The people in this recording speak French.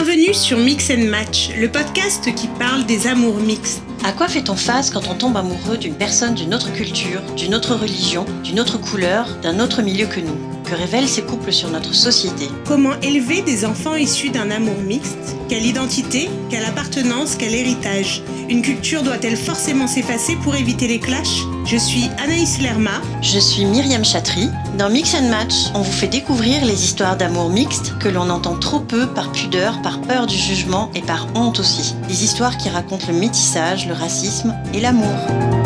Bienvenue sur Mix and Match, le podcast qui parle des amours mixtes. À quoi fait-on face quand on tombe amoureux d'une personne d'une autre culture, d'une autre religion, d'une autre couleur, d'un autre milieu que nous ? Que révèlent ces couples sur notre société ? Comment élever des enfants issus d'un amour mixte ? Quelle identité ? Quelle appartenance ? Quel héritage ? Une culture doit-elle forcément s'effacer pour éviter les clashs ? Je suis Anaïs Lerma. Je suis Myriam Chatry. Dans Mix and Match, on vous fait découvrir les histoires d'amour mixte que l'on entend trop peu par pudeur, par peur du jugement et par honte aussi. Des histoires qui racontent le métissage, le racisme et l'amour.